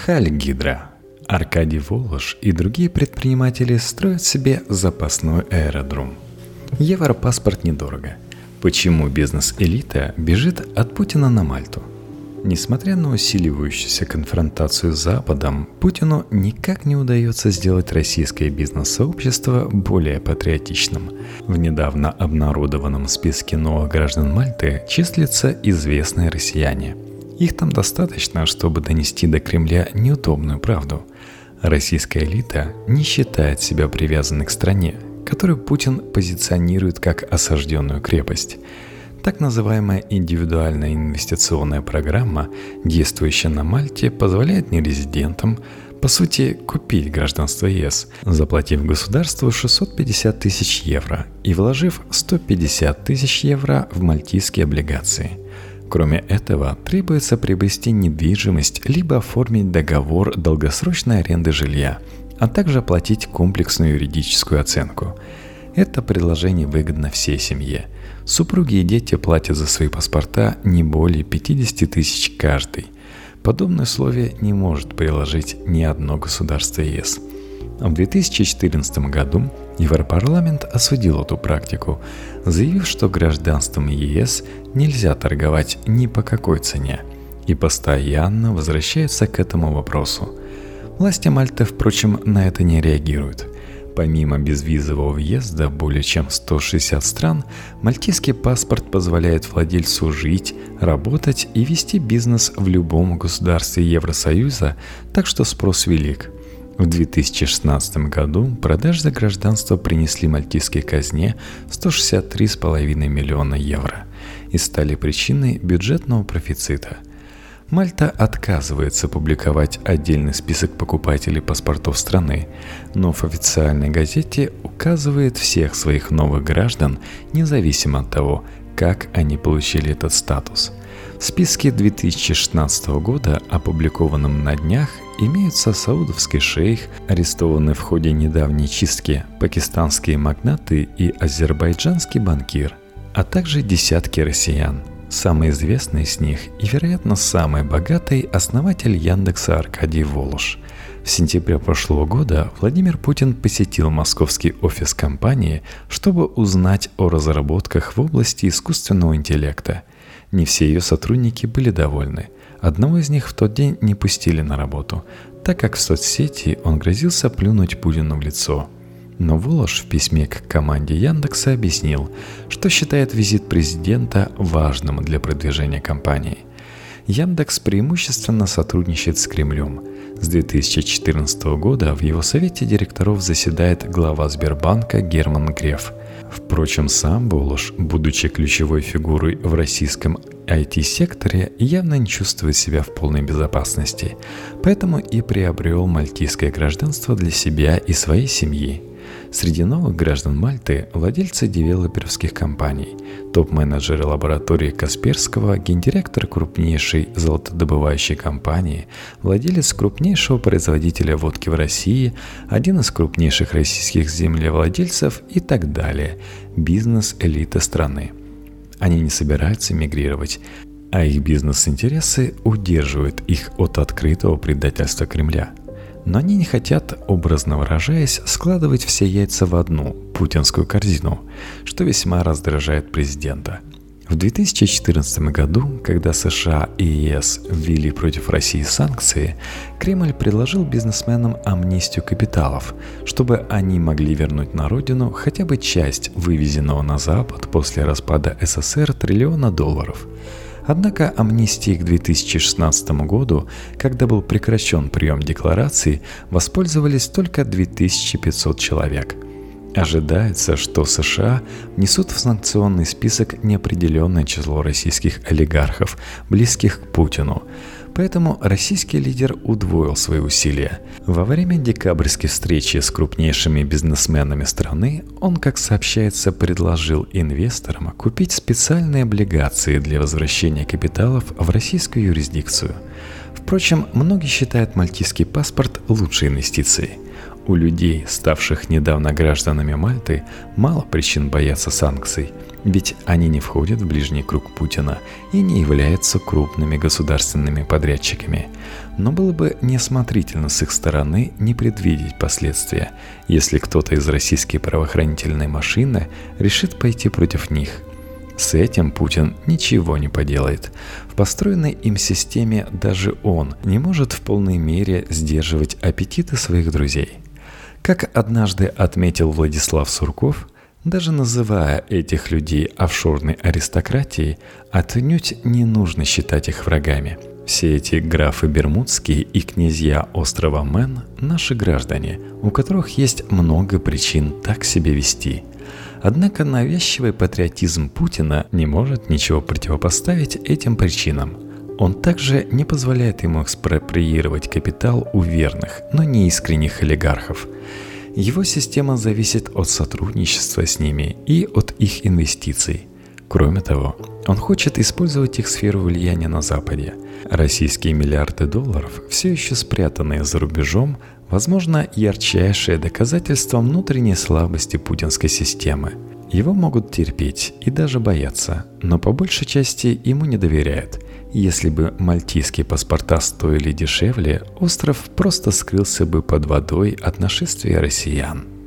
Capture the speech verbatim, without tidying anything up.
Хальгидра. Аркадий Волош и другие предприниматели строят себе запасной аэродром. Европаспорт недорого. Почему бизнес-элита бежит от Путина на Мальту? Несмотря на усиливающуюся конфронтацию с Западом, Путину никак не удается сделать российское бизнес-сообщество более патриотичным. В недавно обнародованном списке новых граждан Мальты числятся известные россияне. Их там достаточно, чтобы донести до Кремля неудобную правду. Российская элита не считает себя привязанной к стране, которую Путин позиционирует как осажденную крепость. Так называемая индивидуальная инвестиционная программа, действующая на Мальте, позволяет нерезидентам, по сути, купить гражданство ЕС, заплатив государству шестьсот пятьдесят тысяч евро и вложив сто пятьдесят тысяч евро в мальтийские облигации. Кроме этого, требуется приобрести недвижимость либо оформить договор долгосрочной аренды жилья, а также оплатить комплексную юридическую оценку. Это предложение выгодно всей семье. Супруги и дети платят за свои паспорта не более пятьдесят тысяч каждый. Подобное условие не может приложить ни одно государство ЕС. В две тысячи четырнадцатом году Европарламент осудил эту практику, заявив, что гражданством ЕС нельзя торговать ни по какой цене, и постоянно возвращается к этому вопросу. Власти Мальты, впрочем, на это не реагируют. Помимо безвизового въезда в более чем сто шестьдесят стран, мальтийский паспорт позволяет владельцу жить, работать и вести бизнес в любом государстве Евросоюза, так что спрос велик. В две тысячи шестнадцатом году продажи за гражданство принесли мальтийской казне сто шестьдесят три целых пять десятых миллиона евро и стали причиной бюджетного профицита. Мальта отказывается публиковать отдельный список покупателей паспортов страны, но в официальной газете указывает всех своих новых граждан, независимо от того, как они получили этот статус. В списке две тысячи шестнадцатого года, опубликованном на днях, имеются саудовский шейх, арестованный в ходе недавней чистки, пакистанские магнаты и азербайджанский банкир, а также десятки россиян. Самый известный из них и, вероятно, самый богатый основатель Яндекса Аркадий Волош. В сентябре прошлого года Владимир Путин посетил московский офис компании, чтобы узнать о разработках в области искусственного интеллекта. Не все ее сотрудники были довольны. Одного из них в тот день не пустили на работу, так как в соцсети он грозился плюнуть Путину в лицо. Но Волош в письме к команде Яндекса объяснил, что считает визит президента важным для продвижения компании. Яндекс преимущественно сотрудничает с Кремлем. С две тысячи четырнадцатого года в его совете директоров заседает глава Сбербанка Герман Греф. Впрочем, сам Волош, будучи ключевой фигурой в российском ай ти-секторе, явно не чувствует себя в полной безопасности, поэтому и приобрел мальтийское гражданство для себя и своей семьи. Среди новых граждан Мальты – владельцы девелоперских компаний, топ-менеджеры лаборатории Касперского, гендиректор крупнейшей золотодобывающей компании, владелец крупнейшего производителя водки в России, один из крупнейших российских землевладельцев и так далее – бизнес-элита страны. Они не собираются мигрировать, а их бизнес-интересы удерживают их от открытого предательства Кремля. Но они не хотят, образно выражаясь, складывать все яйца в одну путинскую корзину, что весьма раздражает президента. В две тысячи четырнадцатом году, когда США и ЕС ввели против России санкции, Кремль предложил бизнесменам амнистию капиталов, чтобы они могли вернуть на родину хотя бы часть вывезенного на Запад после распада эс эс эс эр триллиона долларов. Однако амнистией к две тысячи шестнадцатому году, когда был прекращен прием деклараций, воспользовались только две тысячи пятьсот человек. Ожидается, что США внесут в санкционный список неопределенное число российских олигархов, близких к Путину. Поэтому российский лидер удвоил свои усилия. Во время декабрьской встречи с крупнейшими бизнесменами страны он, как сообщается, предложил инвесторам купить специальные облигации для возвращения капиталов в российскую юрисдикцию. Впрочем, многие считают мальтийский паспорт лучшей инвестицией. У людей, ставших недавно гражданами Мальты, мало причин бояться санкций, ведь они не входят в ближний круг Путина и не являются крупными государственными подрядчиками. Но было бы неосмотрительно с их стороны не предвидеть последствия, если кто-то из российской правоохранительной машины решит пойти против них. С этим Путин ничего не поделает. В построенной им системе даже он не может в полной мере сдерживать аппетиты своих друзей. Как однажды отметил Владислав Сурков, даже называя этих людей офшорной аристократией, отнюдь не нужно считать их врагами. Все эти графы бермудские и князья острова Мэн – наши граждане, у которых есть много причин так себя вести. Однако навязчивый патриотизм Путина не может ничего противопоставить этим причинам. Он также не позволяет ему экспроприировать капитал у верных, но не искренних олигархов. Его система зависит от сотрудничества с ними и от их инвестиций. Кроме того, он хочет использовать их сферу влияния на Западе. Российские миллиарды долларов, все еще спрятанные за рубежом, возможно, ярчайшее доказательство внутренней слабости путинской системы. Его могут терпеть и даже бояться, но по большей части ему не доверяют. Если бы мальтийские паспорта стоили дешевле, остров просто скрылся бы под водой от нашествия россиян.